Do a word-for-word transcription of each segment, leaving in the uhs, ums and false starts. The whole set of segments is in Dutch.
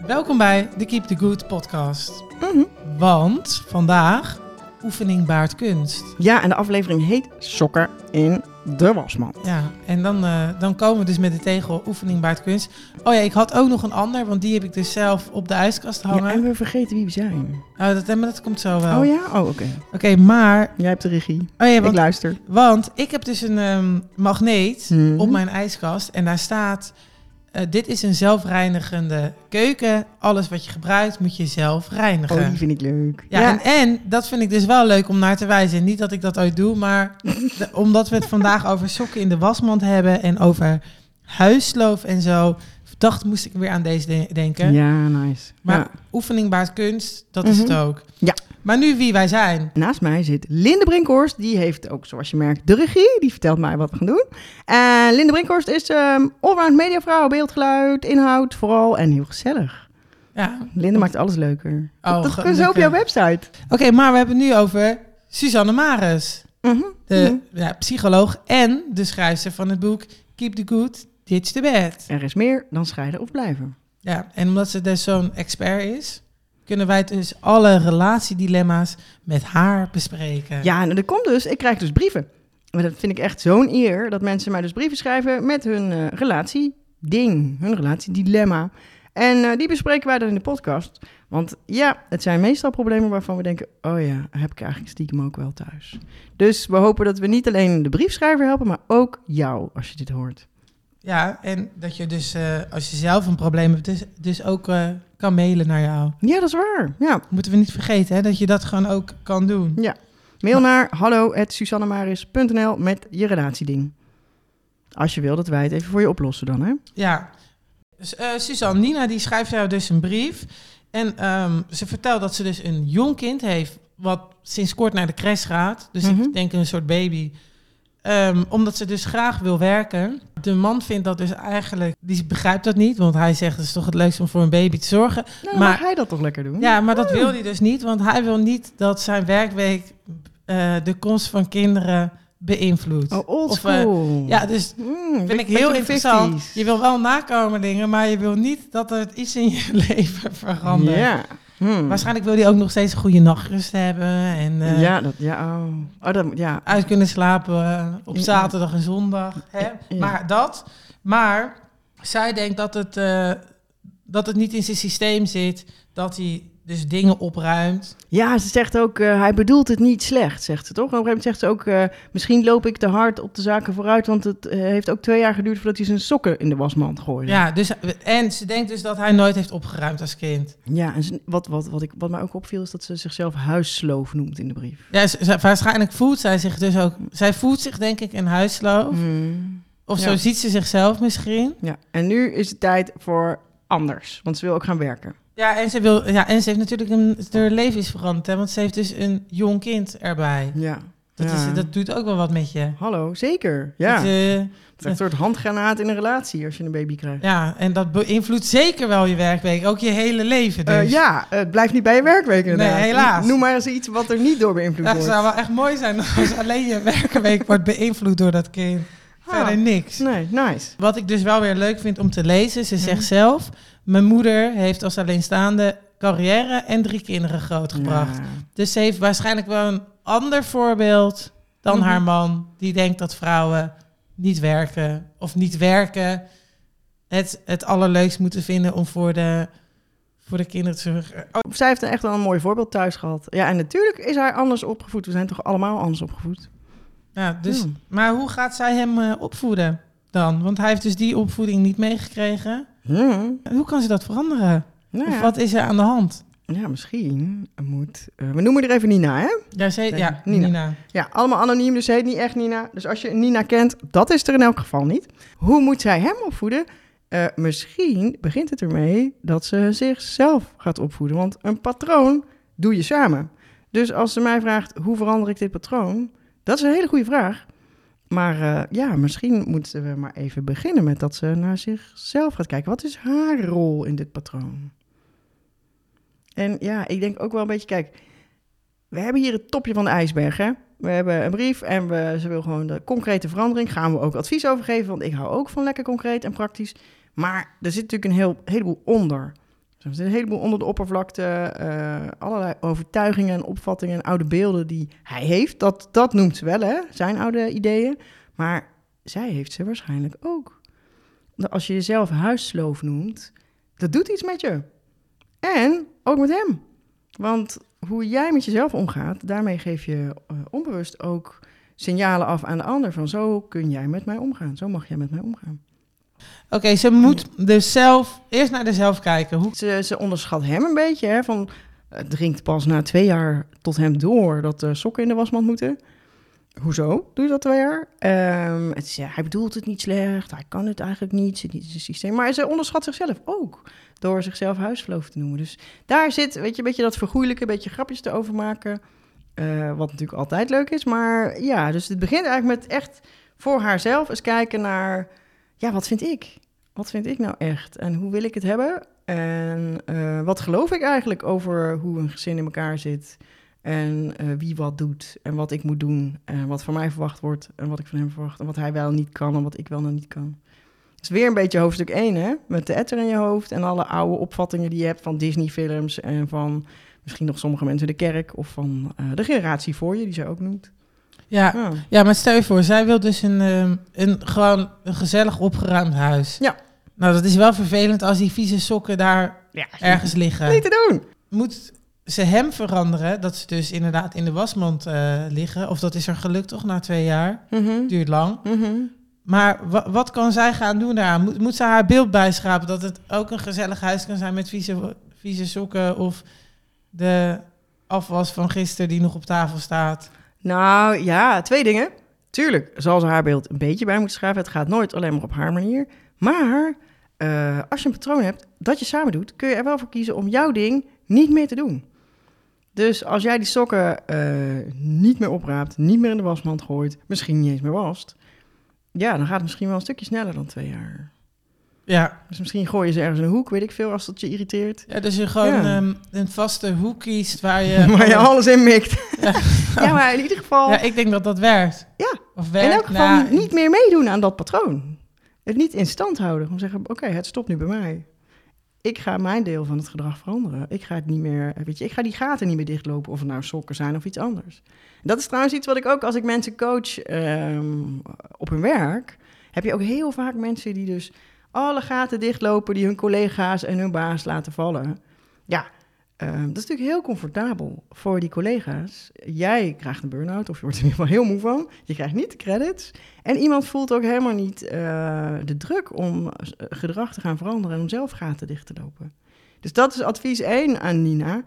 Welkom bij de Keep the Good podcast. Mm-hmm. Want vandaag oefening baart kunst. Ja, en de aflevering heet Sokken in de wasmand. Ja, en dan, uh, dan komen we dus met de tegel oefening baart kunst. Oh ja, ik had ook nog een ander, want die heb ik dus zelf op de ijskast hangen. Ja, en we vergeten wie we zijn. Oh, dat, maar dat komt zo wel. Oh ja? Oh, oké. Okay. Oké, okay, maar... Jij hebt de regie. Oh ja, want, ik luister. Want ik heb dus een um, magneet mm-hmm. op mijn ijskast en daar staat... Uh, dit is een zelfreinigende keuken. Alles wat je gebruikt moet je zelf reinigen. Oh, die vind ik leuk. Ja, ja. En, en dat vind ik dus wel leuk om naar te wijzen. Niet dat ik dat ooit doe, maar de, omdat we het vandaag over sokken in de wasmand hebben en over huisloof en zo, dacht moest ik weer aan deze de- denken. Ja, nice. Maar ja. oefening baart kunst, dat mm-hmm. is het ook. Ja. Maar nu wie wij zijn. Naast mij zit Linde Brinkhorst. Die heeft ook, zoals je merkt, de regie. Die vertelt mij wat we gaan doen. En Linde Brinkhorst is um, allround mediavrouw, beeldgeluid, inhoud vooral en heel gezellig. Ja. Linde maakt alles leuker. Oh, dat kan zo op jouw website. Oké, okay, maar we hebben het nu over Suzanne Maris. Mm-hmm. De mm-hmm. ja, psycholoog en de schrijfster van het boek Keep the Good, Ditch the Bad. Er is meer dan scheiden of blijven. Ja, en omdat ze dus zo'n expert is, kunnen wij dus alle relatiedilemma's met haar bespreken. Ja, en er komt dus, ik krijg dus brieven. Maar dat vind ik echt zo'n eer, dat mensen mij dus brieven schrijven met hun uh, relatieding, hun relatiedilemma. En uh, die bespreken wij dan in de podcast. Want ja, het zijn meestal problemen waarvan we denken, oh ja, heb ik eigenlijk stiekem ook wel thuis. Dus we hopen dat we niet alleen de briefschrijver helpen, maar ook jou, als je dit hoort. Ja, en dat je dus, uh, als je zelf een probleem hebt, dus, dus ook uh, kan mailen naar jou. Ja, dat is waar. Ja. Moeten we niet vergeten, hè, dat je dat gewoon ook kan doen. Ja. Mail naar hallo at susannemaris punt n l met je relatieding. Als je wil dat wij het even voor je oplossen dan, hè? Ja. Dus, uh, Suzanne, Nina die schrijft jou dus een brief. En um, ze vertelt dat ze dus een jong kind heeft, wat sinds kort naar de crash gaat. Dus mm-hmm. ik denk een soort baby. Um, omdat ze dus graag wil werken. De man vindt dat dus eigenlijk... Die begrijpt dat niet, want hij zegt... het is toch het leukste om voor een baby te zorgen. Nou, maar mag hij dat toch lekker doen? Ja, maar dat wil hij dus niet. Want hij wil niet dat zijn werkweek... Uh, de komst van kinderen beïnvloedt. Oh, old school. Uh, ja, dus mm, vind ik heel interessant. vijftiger Je wil wel nakomelingen, maar je wil niet dat er iets in je leven verandert. Ja. Yeah. Hmm. Waarschijnlijk wil hij ook nog steeds een goede nachtrust hebben. En uh, ja, dat, ja, oh. Oh, dat, ja. uit kunnen slapen uh, op zaterdag en zondag. Hè? Ja. Maar dat. Maar zij denkt dat het, uh, dat het niet in zijn systeem zit. Dat hij dus dingen opruimt. Ja, ze zegt ook, uh, hij bedoelt het niet slecht, zegt ze toch? Op een gegeven moment zegt ze ook, uh, misschien loop ik te hard op de zaken vooruit, want het uh, heeft ook twee jaar geduurd voordat hij zijn sokken in de wasmand gooide. Ja, dus, en ze denkt dus dat hij nooit heeft opgeruimd als kind. Ja, en ze, wat, wat, wat, ik, wat mij ook opviel is dat ze zichzelf huissloof noemt in de brief. Ja, ze, ze, waarschijnlijk voelt zij zich dus ook, zij voelt zich denk ik een huissloof. Hmm. Of ja. zo ziet ze zichzelf misschien. Ja, en nu is het tijd voor anders, want ze wil ook gaan werken. Ja, en ze wil, ja, en ze heeft natuurlijk een, haar leven is veranderd, hè, want ze heeft dus een jong kind erbij. Ja. Dat, ja. is, dat doet ook wel wat met je. Hallo, zeker. Ja. Dat, uh, het is een soort handgranaat in een relatie als je een baby krijgt. Ja, en dat beïnvloedt zeker wel je werkweek, ook je hele leven dus. Uh, ja, het blijft niet bij je werkweek inderdaad. Nee, helaas. Noem maar eens iets wat er niet door beïnvloed ja, wordt. Het zou wel echt mooi zijn als alleen je werkweek wordt beïnvloed door dat kind. Ah, verder niks. Nee, nice. Wat ik dus wel weer leuk vind om te lezen, ze zegt zelf, mijn moeder heeft als alleenstaande carrière en drie kinderen grootgebracht. Ja. Dus ze heeft waarschijnlijk wel een ander voorbeeld dan mm-hmm. haar man, die denkt dat vrouwen niet werken of niet werken het, het allerleukst moeten vinden om voor de, voor de kinderen te zorgen. Oh. Zij heeft echt wel een mooi voorbeeld thuis gehad. Ja, en natuurlijk is hij anders opgevoed. We zijn toch allemaal anders opgevoed. Ja, dus, hmm. Maar hoe gaat zij hem uh, opvoeden dan? Want hij heeft dus die opvoeding niet meegekregen. Hmm. Hoe kan ze dat veranderen? Nou of ja. wat is er aan de hand? Ja, misschien moet... Uh, we noemen er even Nina, hè? Ja, ze heet, nee, ja Nina. Nina. Ja, allemaal anoniem, dus ze heet niet echt Nina. Dus als je Nina kent, dat is er in elk geval niet. Hoe moet zij hem opvoeden? Uh, misschien begint het ermee dat ze zichzelf gaat opvoeden. Want een patroon doe je samen. Dus als ze mij vraagt, hoe verander ik dit patroon? Dat is een hele goede vraag. Maar uh, ja, misschien moeten we maar even beginnen met dat ze naar zichzelf gaat kijken. Wat is haar rol in dit patroon? En ja, ik denk ook wel een beetje, kijk, we hebben hier het topje van de ijsberg, hè? We hebben een brief en we, ze wil gewoon de concrete verandering. Gaan we ook advies over geven, want ik hou ook van lekker concreet en praktisch. Maar er zit natuurlijk een heel, heleboel onder. Er zit een heleboel onder de oppervlakte, uh, allerlei overtuigingen en opvattingen en oude beelden die hij heeft. Dat, dat noemt ze wel, hè, zijn oude ideeën. Maar zij heeft ze waarschijnlijk ook. Als je jezelf huissloof noemt, dat doet iets met je. En ook met hem. Want hoe jij met jezelf omgaat, daarmee geef je uh, onbewust ook signalen af aan de ander. Van zo kun jij met mij omgaan, zo mag jij met mij omgaan. Oké, okay, ze moet dus zelf eerst naar zichzelf kijken. Hoe... Ze, ze onderschat hem een beetje. Hè, van, het dringt pas na twee jaar tot hem door dat de sokken in de wasmand moeten. Hoezo doe je dat twee jaar? Um, het is, ja, hij bedoelt het niet slecht, hij kan het eigenlijk niet, zit niet in zijn systeem. Maar ze onderschat zichzelf ook door zichzelf huisverloof te noemen. Dus daar zit, weet je, een beetje dat vergoeilijke, een beetje grapjes te over maken. Uh, wat natuurlijk altijd leuk is. Maar ja, dus het begint eigenlijk met echt voor haarzelf eens kijken naar... Ja, wat vind ik? Wat vind ik nou echt? En hoe wil ik het hebben? En uh, wat geloof ik eigenlijk over hoe een gezin in elkaar zit? En uh, wie wat doet en wat ik moet doen. En wat van mij verwacht wordt en wat ik van hem verwacht. En wat hij wel niet kan en wat ik wel nog niet kan. Het is weer een beetje hoofdstuk één, hè? Met de etter in je hoofd en alle oude opvattingen die je hebt van Disney-films... en van misschien nog sommige mensen in de kerk... of van uh, de generatie voor je, die zij ook noemt. Ja, ja. ja, maar stel je voor, zij wil dus een, um, een, gewoon een gezellig opgeruimd huis. Ja. Nou, dat is wel vervelend als die vieze sokken daar ja, ergens liggen. Niet te doen. Moet ze hem veranderen, dat ze dus inderdaad in de wasmand uh, liggen? Of dat is er gelukt toch na twee jaar? Mm-hmm. Duurt lang. Mm-hmm. Maar w- wat kan zij gaan doen daaraan? Moet, moet ze haar beeld bijschrapen dat het ook een gezellig huis kan zijn met vieze, vieze sokken of de afwas van gisteren die nog op tafel staat? Nou ja, twee dingen. Tuurlijk zal ze haar beeld een beetje bij moeten schrijven. Het gaat nooit alleen maar op haar manier. Maar uh, als je een patroon hebt dat je samen doet, kun je er wel voor kiezen om jouw ding niet meer te doen. Dus als jij die sokken uh, niet meer opraapt, niet meer in de wasmand gooit, misschien niet eens meer wast, ja, dan gaat het misschien wel een stukje sneller dan twee jaar. Ja. Dus misschien gooi je ze ergens in een hoek, weet ik veel, als dat je irriteert. Ja, dus je gewoon ja. um, een vaste hoek kiest waar je... waar je alles in mikt. Ja. Ja, maar in ieder geval... Ja, ik denk dat dat werkt. Ja, of werkt, in elk geval nou, niet meer meedoen aan dat patroon. Het niet in stand houden. Gewoon zeggen, oké, okay, het stopt nu bij mij. Ik ga mijn deel van het gedrag veranderen. Ik ga het niet meer, weet je, ik ga die gaten niet meer dichtlopen, of het nou sokken zijn of iets anders. Dat is trouwens iets wat ik ook als ik mensen coach um, op hun werk, heb je ook heel vaak mensen die dus alle gaten dichtlopen, die hun collega's en hun baas laten vallen. Ja, uh, dat is natuurlijk heel comfortabel voor die collega's. Jij krijgt een burn-out, of je wordt er in ieder geval heel moe van. Je krijgt niet de credits. En iemand voelt ook helemaal niet uh, de druk om gedrag te gaan veranderen en om zelf gaten dicht te lopen. Dus dat is advies één aan Nina.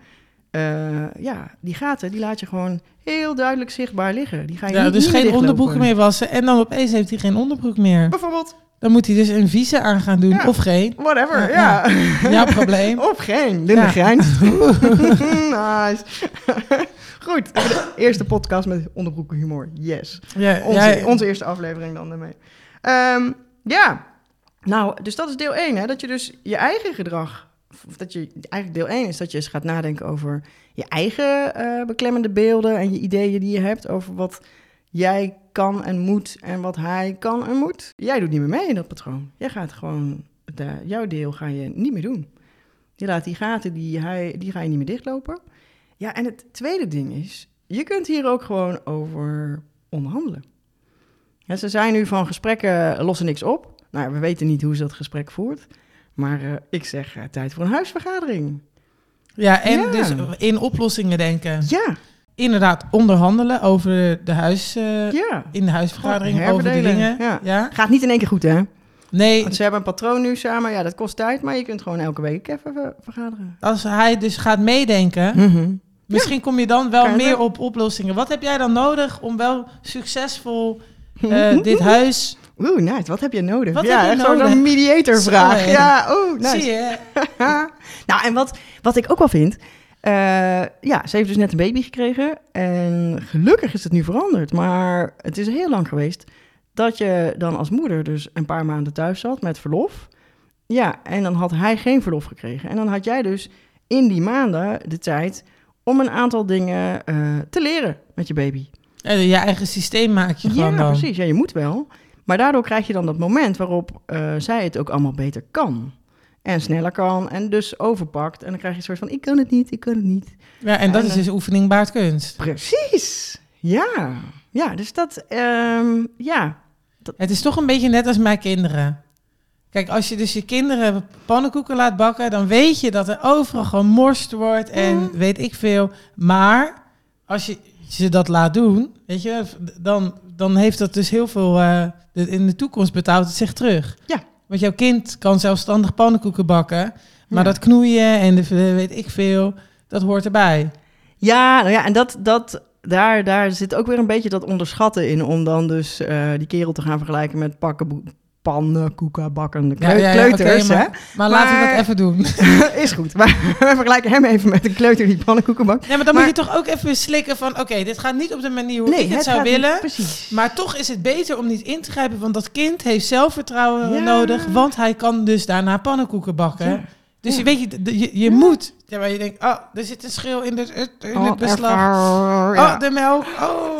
Uh, ja, die gaten, die laat je gewoon heel duidelijk zichtbaar liggen. Die ga je ja, niet, dus niet geen onderbroeken meer wassen en dan opeens heeft hij geen onderbroek meer. Bijvoorbeeld. Dan moet hij dus een vieze aan gaan doen, ja. Of geen. Whatever, ja. ja. Jouw probleem. Of geen. Linda ja. Grijns. Nice. Goed, de eerste podcast met onderbroekenhumor. Yes. Ja, onze, ja, onze eerste aflevering dan daarmee. Um, ja, nou, dus dat is deel één, hè. Dat je dus je eigen gedrag, of dat je, eigenlijk deel één is dat je eens gaat nadenken over je eigen uh, beklemmende beelden en je ideeën die je hebt over wat jij kan en moet en wat hij kan en moet. Jij doet niet meer mee in dat patroon. Jij gaat gewoon, de, jouw deel ga je niet meer doen. Je laat die gaten, die, hij, die ga je niet meer dichtlopen. Ja, en het tweede ding is, je kunt hier ook gewoon over onderhandelen. Ja, ze zijn nu van gesprekken lossen niks op. Nou, we weten niet hoe ze dat gesprek voert. Maar uh, ik zeg, uh, tijd voor een huisvergadering. Ja, en ja. dus in oplossingen denken. Ja. Inderdaad, onderhandelen over de huis, uh, ja. in de huisvergadering, oh, over de dingen. Ja. Ja. Gaat niet in één keer goed, hè? Nee. Want ze hebben een patroon nu samen. Ja, dat kost tijd, maar je kunt gewoon elke week even vergaderen. Als hij dus gaat meedenken, mm-hmm. misschien ja. kom je dan wel meer op oplossingen. Wat heb jij dan nodig om wel succesvol uh, dit huis... Oeh, nice. Wat heb je nodig? Wat ja, heb je gewoon nodig? een mediatorvraag. Zo, ja, oeh, nice. Zie je? Nou, en wat, wat ik ook wel vind... Uh, ja, ze heeft dus net een baby gekregen. En gelukkig is het nu veranderd. Maar het is heel lang geweest dat je dan als moeder dus een paar maanden thuis zat met verlof. Ja, en dan had hij geen verlof gekregen. En dan had jij dus in die maanden de tijd om een aantal dingen uh, te leren met je baby. Ja, je eigen systeem maak je gewoon ja, dan. Precies. Ja, je moet wel. Maar daardoor krijg je dan dat moment waarop uh, zij het ook allemaal beter kan. en sneller kan en dus overpakt. En dan krijg je een soort van, ik kan het niet, ik kan het niet. Ja, en dat en, is dus oefening baart kunst. Precies, ja. Ja, dus dat, um, ja. Dat... Het is toch een beetje net als mijn kinderen. Kijk, als je dus je kinderen pannenkoeken laat bakken, dan weet je dat er overal gemorst wordt en mm. weet ik veel. Maar als je ze dat laat doen, weet je, dan, dan heeft dat dus heel veel, uh, de, in de toekomst betaalt het zich terug. Ja. Want jouw kind kan zelfstandig pannenkoeken bakken, maar ja. dat knoeien en de, weet ik veel, dat hoort erbij. Ja, nou ja, en dat, dat, daar, daar zit ook weer een beetje dat onderschatten in, om dan dus uh, die kerel te gaan vergelijken met pakken pannenkoeken bakkende kleu- ja, ja, ja, kleuters. Okay, maar, hè? maar laten we dat even doen. Is goed. Maar we vergelijken hem even met een kleuter die pannenkoeken bakt. Ja, maar dan maar, moet je toch ook even slikken van, oké, okay, dit gaat niet op de manier hoe nee, ik het, het zou willen. Niet, precies. Maar toch is het beter om niet in te grijpen, want dat kind heeft zelfvertrouwen ja. nodig, want hij kan dus daarna pannenkoeken bakken. Ja. Dus ja. je weet je, je, je ja. moet. Terwijl je denkt, oh, er zit een schil in het, in oh, het beslag. Ervaar, ja. Oh, de melk. Oh.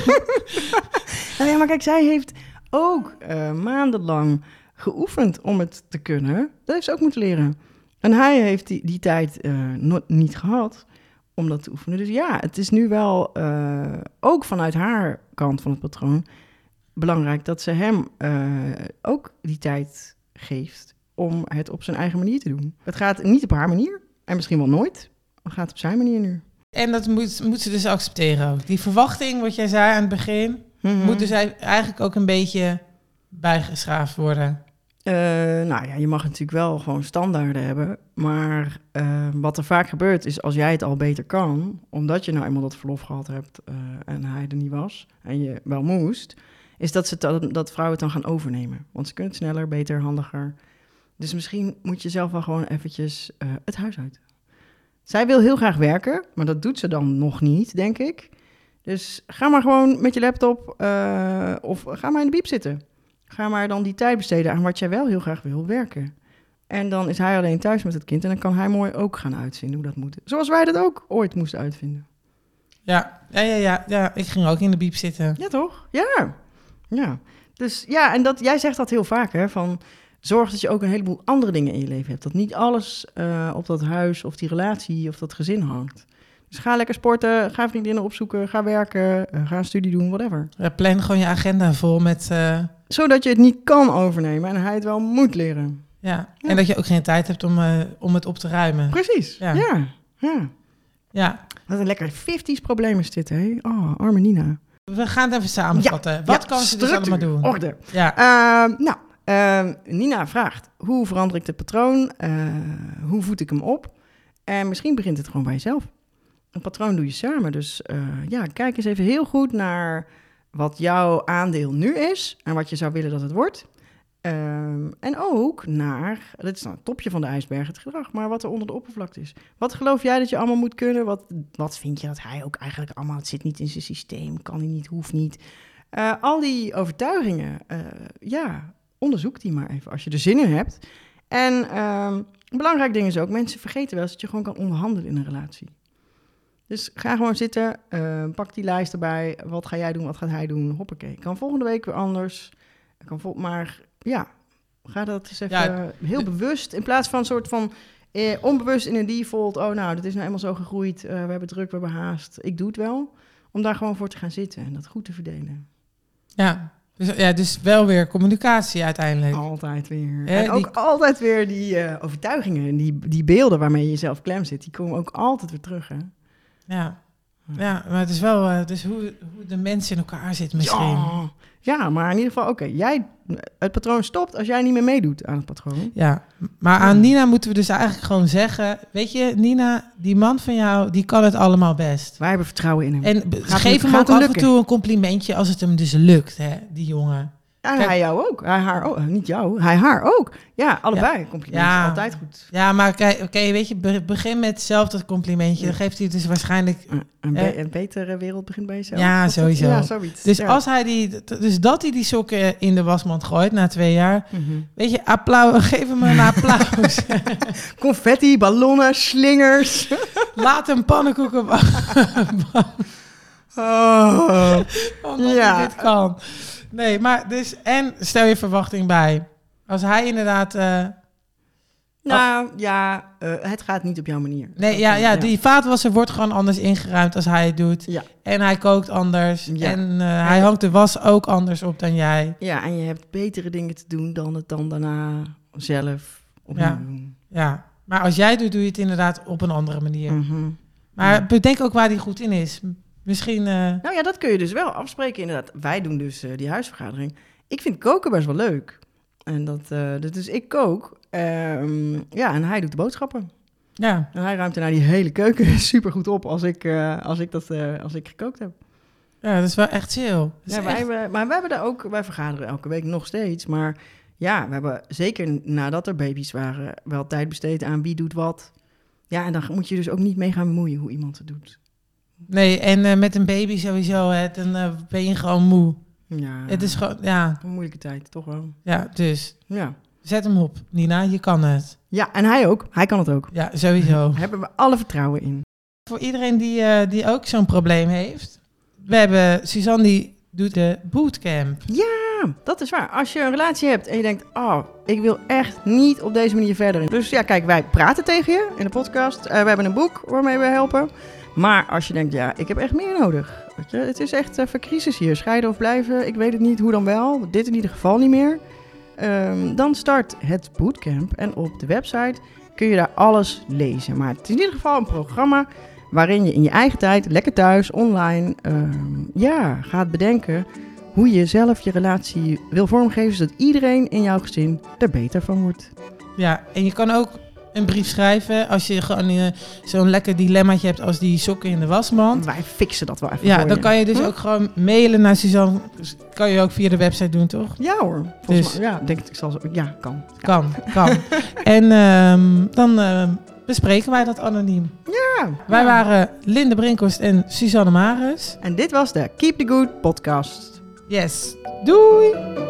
Nou ja, maar kijk, zij heeft ook uh, maandenlang geoefend om het te kunnen. Dat heeft ze ook moeten leren. En hij heeft die, die tijd uh, no- niet gehad om dat te oefenen. Dus ja, het is nu wel uh, ook vanuit haar kant van het patroon belangrijk dat ze hem uh, ook die tijd geeft om het op zijn eigen manier te doen. Het gaat niet op haar manier en misschien wel nooit. Het gaat op zijn manier nu. En dat moet, moet ze dus accepteren ook. Die verwachting, wat jij zei aan het begin, mm-hmm. moet dus eigenlijk ook een beetje bijgeschaafd worden. Uh, nou ja, je mag natuurlijk wel gewoon standaarden hebben. Maar uh, wat er vaak gebeurt is, als jij het al beter kan, omdat je nou eenmaal dat verlof gehad hebt uh, en hij er niet was en je wel moest, is dat, ze t- dat vrouwen het dan gaan overnemen. Want ze kunnen het sneller, beter, handiger. Dus misschien moet je zelf wel gewoon eventjes uh, het huis uit. Zij wil heel graag werken, maar dat doet ze dan nog niet, denk ik. Dus ga maar gewoon met je laptop uh, of ga maar in de bieb zitten. Ga maar dan die tijd besteden aan wat jij wel heel graag wil, werken. En dan is hij alleen thuis met het kind en dan kan hij mooi ook gaan uitvinden hoe dat moet. Zoals wij dat ook ooit moesten uitvinden. Ja, ja, ja, ja, ja. Ik ging ook in de bieb zitten. Ja, toch? Ja. Ja. Dus ja, en dat, jij zegt dat heel vaak, hè, van zorg dat je ook een heleboel andere dingen in je leven hebt. Dat niet alles uh, op dat huis of die relatie of dat gezin hangt. Dus ga lekker sporten, ga vriendinnen opzoeken, ga werken, uh, ga een studie doen, whatever. Ja, plan gewoon je agenda vol met... Uh... Zodat je het niet kan overnemen en hij het wel moet leren. Ja, ja. En dat je ook geen tijd hebt om, uh, om het op te ruimen. Precies, ja. ja. ja. ja. Wat een lekker vijftig probleem is dit, hè? Oh, arme Nina. We gaan het even samenvatten. Ja, Wat ja, kan ze dus allemaal doen? Orde. Ja. Uh, nou, uh, Nina vraagt, hoe verander ik het patroon? Uh, hoe voed ik hem op? En misschien begint het gewoon bij jezelf. Een patroon doe je samen. Dus uh, ja, kijk eens even heel goed naar wat jouw aandeel nu is en wat je zou willen dat het wordt. Um, en ook naar, dit is nou het topje van de ijsberg, het gedrag, maar wat er onder de oppervlakte is. Wat geloof jij dat je allemaal moet kunnen? Wat, wat vind je dat hij ook eigenlijk allemaal, het zit niet in zijn systeem, kan hij niet, hoeft niet. Uh, al die overtuigingen, uh, ja, onderzoek die maar even als je er zin in hebt. En um, een belangrijk ding is ook, mensen vergeten wel eens dat je gewoon kan onderhandelen in een relatie. Dus ga gewoon zitten, uh, pak die lijst erbij. Wat ga jij doen, wat gaat hij doen? Hoppakee. Kan volgende week weer anders. Kan vol- maar ja, ga dat eens even ja, heel bewust. In plaats van een soort van eh, onbewust in een default. Oh nou, dat is nou eenmaal zo gegroeid. Uh, we hebben druk, we hebben haast. Ik doe het wel. Om daar gewoon voor te gaan zitten en dat goed te verdelen. Ja, dus, ja, dus wel weer communicatie uiteindelijk. Altijd weer. Eh, en ook die... altijd weer die uh, overtuigingen, die, die beelden waarmee je jezelf klem zit. Die komen ook altijd weer terug, hè? Ja, ja, maar het is wel uh, het is hoe, hoe de mensen in elkaar zitten misschien. Ja, ja, maar in ieder geval, oké, okay, jij het patroon stopt als jij niet meer meedoet aan het patroon. Ja, maar aan ja. Nina moeten we dus eigenlijk gewoon zeggen, weet je, Nina, die man van jou, die kan het allemaal best. Wij hebben vertrouwen in hem. En gaat geef hem, hem ook af lukken. En toe een complimentje als het hem dus lukt, hè, die jongen. Ja, Kijk, hij jou ook. Hij haar ook. Niet jou, hij haar ook. Ja, allebei. Ja. Complimenten ja. altijd goed. Ja, maar kijk, okay, weet je, begin met zelf dat complimentje. Ja. Dan geeft hij het dus waarschijnlijk... Een, be- een betere wereld begint bij jezelf. Ja, of sowieso. Ja, zoiets. Dus, ja. als hij die, dus dat hij die sokken in de wasmand gooit na twee jaar... Mm-hmm. Weet je, applaus, geef hem een applaus. Confetti, ballonnen, slingers. Laat hem pannenkoeken bakken. Oh. Omdat ja. hij dit kan. Nee, maar dus... En stel je verwachting bij. Als hij inderdaad... Uh, Nou, oh. ja, uh, het gaat niet op jouw manier. Nee, ja, ja, die vaatwasser wordt gewoon anders ingeruimd als hij het doet. Ja. En hij kookt anders. Ja. En uh, hij ja. hangt de was ook anders op dan jij. Ja, en je hebt betere dingen te doen dan het dan daarna zelf opnieuw ja. doen. Ja, maar als jij doet, doe je het inderdaad op een andere manier. Mm-hmm. Maar ja. bedenk ook waar hij goed in is. Misschien... Uh... Nou ja, dat kun je dus wel afspreken inderdaad. Wij doen dus uh, die huisvergadering. Ik vind koken best wel leuk. En dat, uh, dus ik kook. Um, ja, en hij doet de boodschappen. Ja. En hij ruimt er naar die hele keuken super goed op als ik, uh, als ik, dat, uh, als ik gekookt heb. Ja, dat is wel echt chill. Ja, wij, echt... Maar wij hebben daar ook, wij vergaderen elke week nog steeds. Maar ja, we hebben zeker nadat er baby's waren wel tijd besteed aan wie doet wat. Ja, en dan moet je dus ook niet mee gaan bemoeien hoe iemand het doet. Nee, en uh, met een baby sowieso, hè, dan uh, ben je gewoon moe. Ja. Het is gewoon, ja. Een moeilijke tijd, toch wel. Ja, dus. Ja. Zet hem op, Nina, je kan het. Ja, en hij ook. Hij kan het ook. Ja, sowieso. Daar hebben we alle vertrouwen in. Voor iedereen die, uh, die ook zo'n probleem heeft. We hebben, Suzanne die doet de bootcamp. Ja, dat is waar. Als je een relatie hebt en je denkt, oh, ik wil echt niet op deze manier verder. Dus ja, kijk, wij praten tegen je in de podcast. Uh, we hebben een boek waarmee we helpen. Maar als je denkt, ja, ik heb echt meer nodig. Weet je, het is echt even uh, crisis hier. Scheiden of blijven, ik weet het niet, hoe dan wel. Dit in ieder geval niet meer. Um, dan start het bootcamp en op de website kun je daar alles lezen. Maar het is in ieder geval een programma waarin je in je eigen tijd, lekker thuis, online, um, ja, gaat bedenken hoe je zelf je relatie wil vormgeven, zodat iedereen in jouw gezin er beter van wordt. Ja, en je kan ook een brief schrijven als je gewoon uh, zo'n lekker dilemmaatje hebt als die sokken in de wasmand. Wij fixen dat wel even Ja, voor dan je. kan je dus hm? ook gewoon mailen naar Suzanne. Kan je ook via de website doen, toch? Ja hoor. Volgens dus. mij, ja, denk ik, ik zal zo, ja, kan. Kan, kan. En um, dan uh, bespreken wij dat anoniem. Ja. Wij ja. waren Linde Brinkhorst en Suzanne Maris. En dit was de Keep the Good podcast. Yes. Doei!